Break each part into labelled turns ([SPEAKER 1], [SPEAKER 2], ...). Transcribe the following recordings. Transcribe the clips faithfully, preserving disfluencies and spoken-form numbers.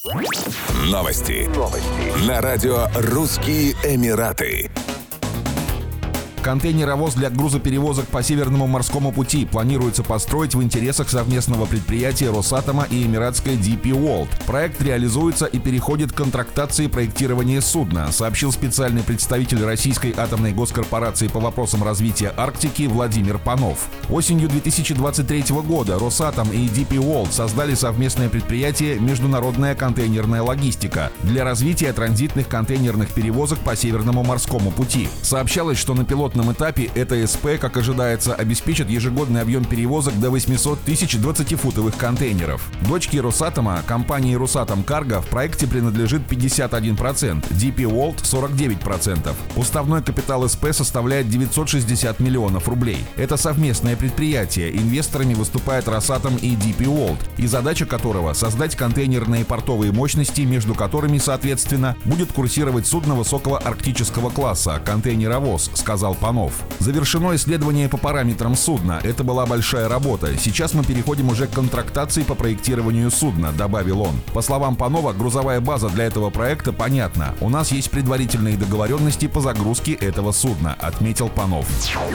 [SPEAKER 1] Новости. Новости. На радио «Русские Эмираты».
[SPEAKER 2] Контейнеровоз для грузоперевозок по Северному морскому пути планируется построить в интересах совместного предприятия Росатома и эмиратской ди пи World. Проект реализуется и переходит к контрактации проектирования судна, сообщил специальный представитель Российской атомной госкорпорации по вопросам развития Арктики Владимир Панов. Осенью две тысячи двадцать третьего года Росатом и ди пи World создали совместное предприятие «Международная контейнерная логистика» для развития транзитных контейнерных перевозок по Северному морскому пути. Сообщалось, что на пилотном этапе это СП, как ожидается, обеспечит ежегодный объем перевозок до восемьсот тысяч двадцатифутовых контейнеров. Дочке Росатома, компании «Росатом Карго», в проекте принадлежит пятьдесят один процент, ди пи World — сорок девять процентов. Уставной капитал СП составляет девятьсот шестьдесят миллионов рублей. Это совместное предприятие, инвесторами выступает Росатом и ди пи World, и задача которого — создать контейнерные портовые мощности, между которыми, соответственно, будет курсировать судно высокого арктического класса — контейнеровоз, сказал Панов. Завершено исследование по параметрам судна. Это была большая работа. Сейчас мы переходим уже к контрактации по проектированию судна, добавил он. По словам Панова, грузовая база для этого проекта понятна. У нас есть предварительные договоренности по загрузке этого судна, отметил Панов.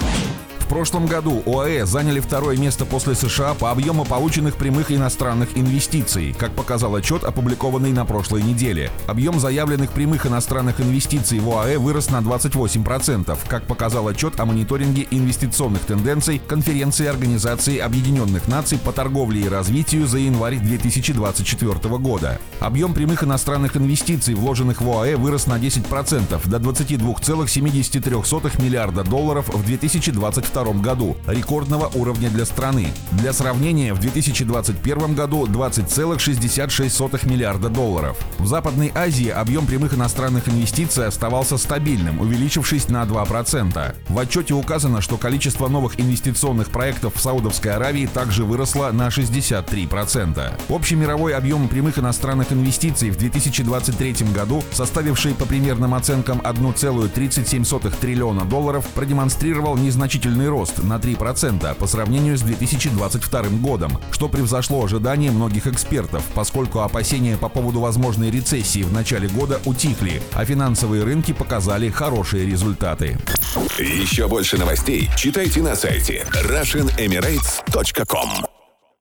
[SPEAKER 2] В прошлом году ОАЭ заняли второе место после США по объему полученных прямых иностранных инвестиций, как показал отчет, опубликованный на прошлой неделе. Объем заявленных прямых иностранных инвестиций в ОАЭ вырос на двадцать восемь процентов, как показал отчет о мониторинге инвестиционных тенденций Конференции Организации Объединенных Наций по торговле и развитию за январь две тысячи двадцать четвёртого года. Объем прямых иностранных инвестиций, вложенных в ОАЭ, вырос на десять процентов до двадцати двух целых семидесяти трёх сотых миллиарда долларов в две тысячи двадцать втором году, рекордного уровня для страны. Для сравнения, в две тысячи двадцать первом году двадцать целых шестьдесят шесть сотых миллиарда долларов. В Западной Азии объем прямых иностранных инвестиций оставался стабильным, увеличившись на два процента. В отчете указано, что количество новых инвестиционных проектов в Саудовской Аравии также выросло на шестьдесят три процента. Общий мировой объем прямых иностранных инвестиций в две тысячи двадцать третьем году, составивший по примерным оценкам одна целая тридцать семь сотых триллиона долларов, продемонстрировал незначительный рост на три процента по сравнению с две тысячи двадцать вторым годом, что превзошло ожидания многих экспертов, поскольку опасения по поводу возможной рецессии в начале года утихли, а финансовые рынки показали хорошие результаты.
[SPEAKER 1] Еще больше новостей читайте на сайте Russian Emirates точка ком.